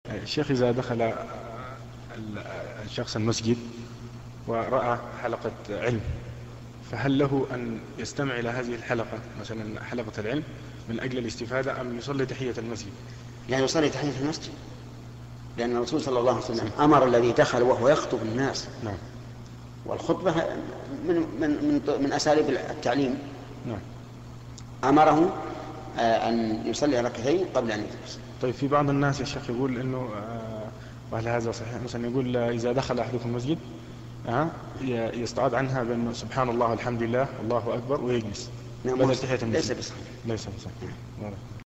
الشيخ إذا دخل الشخص المسجد ورأى حلقة علم، فهل له أن يستمع إلى هذه الحلقة مثلا حلقة العلم من أجل الاستفادة، أم يصلي تحية المسجد؟ يعني يصلي تحية المسجد، لأن الرسول صلى الله عليه وسلم أمر الذي دخل وهو يخطب الناس. نعم. والخطبة من أساليب التعليم. نعم. أمره أن يصلي ركعتين قبل أن يجلس. طيب في بعض الناس يا شيخ يقول إنه وهل هذا صحيح؟ مثلا يقول إذا دخل أحدكم المسجد يستعاذ عنها بأنه سبحان الله الحمد لله الله أكبر ويجلس بدل تحية المسجد. ليس بصحيح. ليس بصحيح.